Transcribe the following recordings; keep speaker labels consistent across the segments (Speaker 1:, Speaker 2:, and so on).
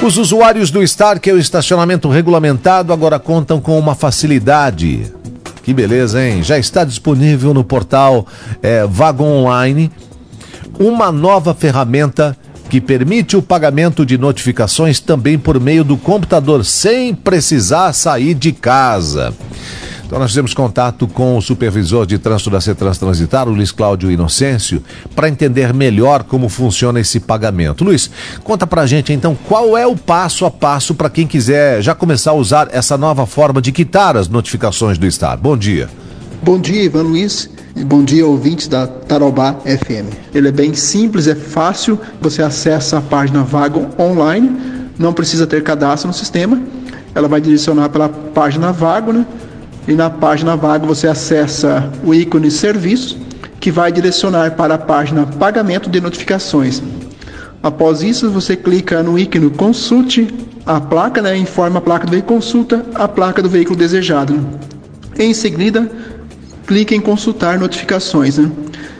Speaker 1: Os usuários do Star, que é o estacionamento regulamentado, agora contam com uma facilidade. Que beleza, hein? Já está disponível no portal Vagon Online uma nova ferramenta que permite o pagamento de notificações também por meio do computador, sem precisar sair de casa. Então nós fizemos contato com o supervisor de trânsito da CETRANS Transitar, o Luiz Cláudio Inocêncio, para entender melhor como funciona esse pagamento. Luiz, conta pra gente então qual é o passo a passo para quem quiser já começar a usar essa nova forma de quitar as notificações do Star. Bom dia.
Speaker 2: Bom dia, Ivan Luiz. E bom dia, ouvintes da Tarobá FM. Ele é bem simples, é fácil. Você acessa a página Vagon Online, não precisa ter cadastro no sistema. Ela vai direcionar pela página Vago, né? E na página Vago você acessa o ícone Serviços, que vai direcionar para a página Pagamento de Notificações. Após isso, você clica no ícone Consulte a placa, né? Informa a placa do veículo, consulta a placa do veículo desejado, né? Em seguida, clique em Consultar Notificações, né?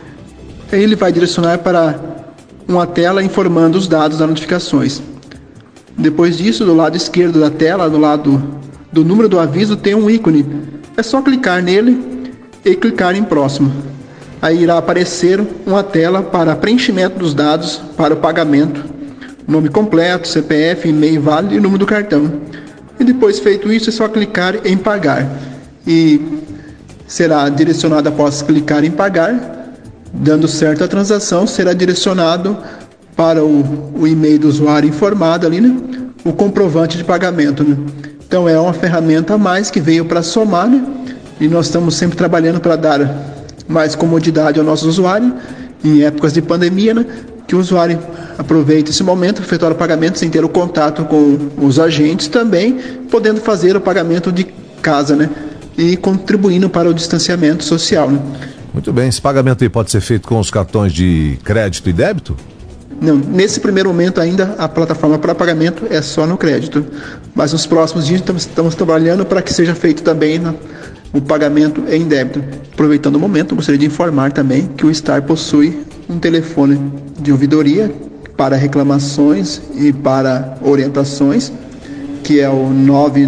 Speaker 2: Ele vai direcionar para uma tela informando os dados das notificações. Depois disso, do lado esquerdo da tela, do lado do número do aviso, tem um ícone. É só clicar nele e clicar em Próximo. Aí irá aparecer uma tela para preenchimento dos dados para o pagamento. Nome completo, CPF, e-mail válido e número do cartão. E depois feito isso, é só clicar em Pagar. E será direcionado após clicar em Pagar. Dando certo a transação, será direcionado para o e-mail do usuário informado ali, né? O comprovante de pagamento, né? Então é uma ferramenta a mais que veio para somar, né? E nós estamos sempre trabalhando para dar mais comodidade ao nosso usuário em épocas de pandemia, né? Que o usuário aproveite esse momento, efetuar o pagamento sem ter o contato com os agentes também, podendo fazer o pagamento de casa, né? E contribuindo para o distanciamento social, né?
Speaker 1: Muito bem, esse pagamento aí pode ser feito com os cartões de crédito e débito?
Speaker 2: Não, nesse primeiro momento ainda a plataforma para pagamento é só no crédito, mas nos próximos dias estamos trabalhando para que seja feito também o pagamento em débito. Aproveitando o momento, gostaria de informar também que o Star possui um telefone de ouvidoria para reclamações e para orientações, que é o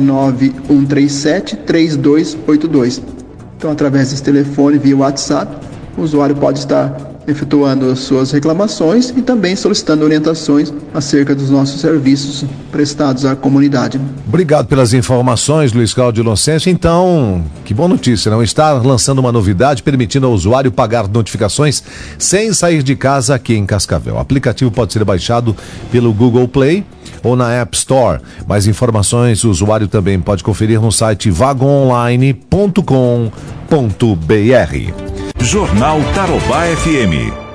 Speaker 2: 99137-3282. Então, através desse telefone, via WhatsApp, o usuário pode estar efetuando suas reclamações e também solicitando orientações acerca dos nossos serviços prestados à comunidade.
Speaker 1: Obrigado pelas informações, Luiz Cláudio Inocêncio. Então, que boa notícia, não? Está lançando uma novidade permitindo ao usuário pagar notificações sem sair de casa aqui em Cascavel. O aplicativo pode ser baixado pelo Google Play ou na App Store. Mais informações o usuário também pode conferir no site vagononline.com.br.
Speaker 3: Jornal Tarobá FM.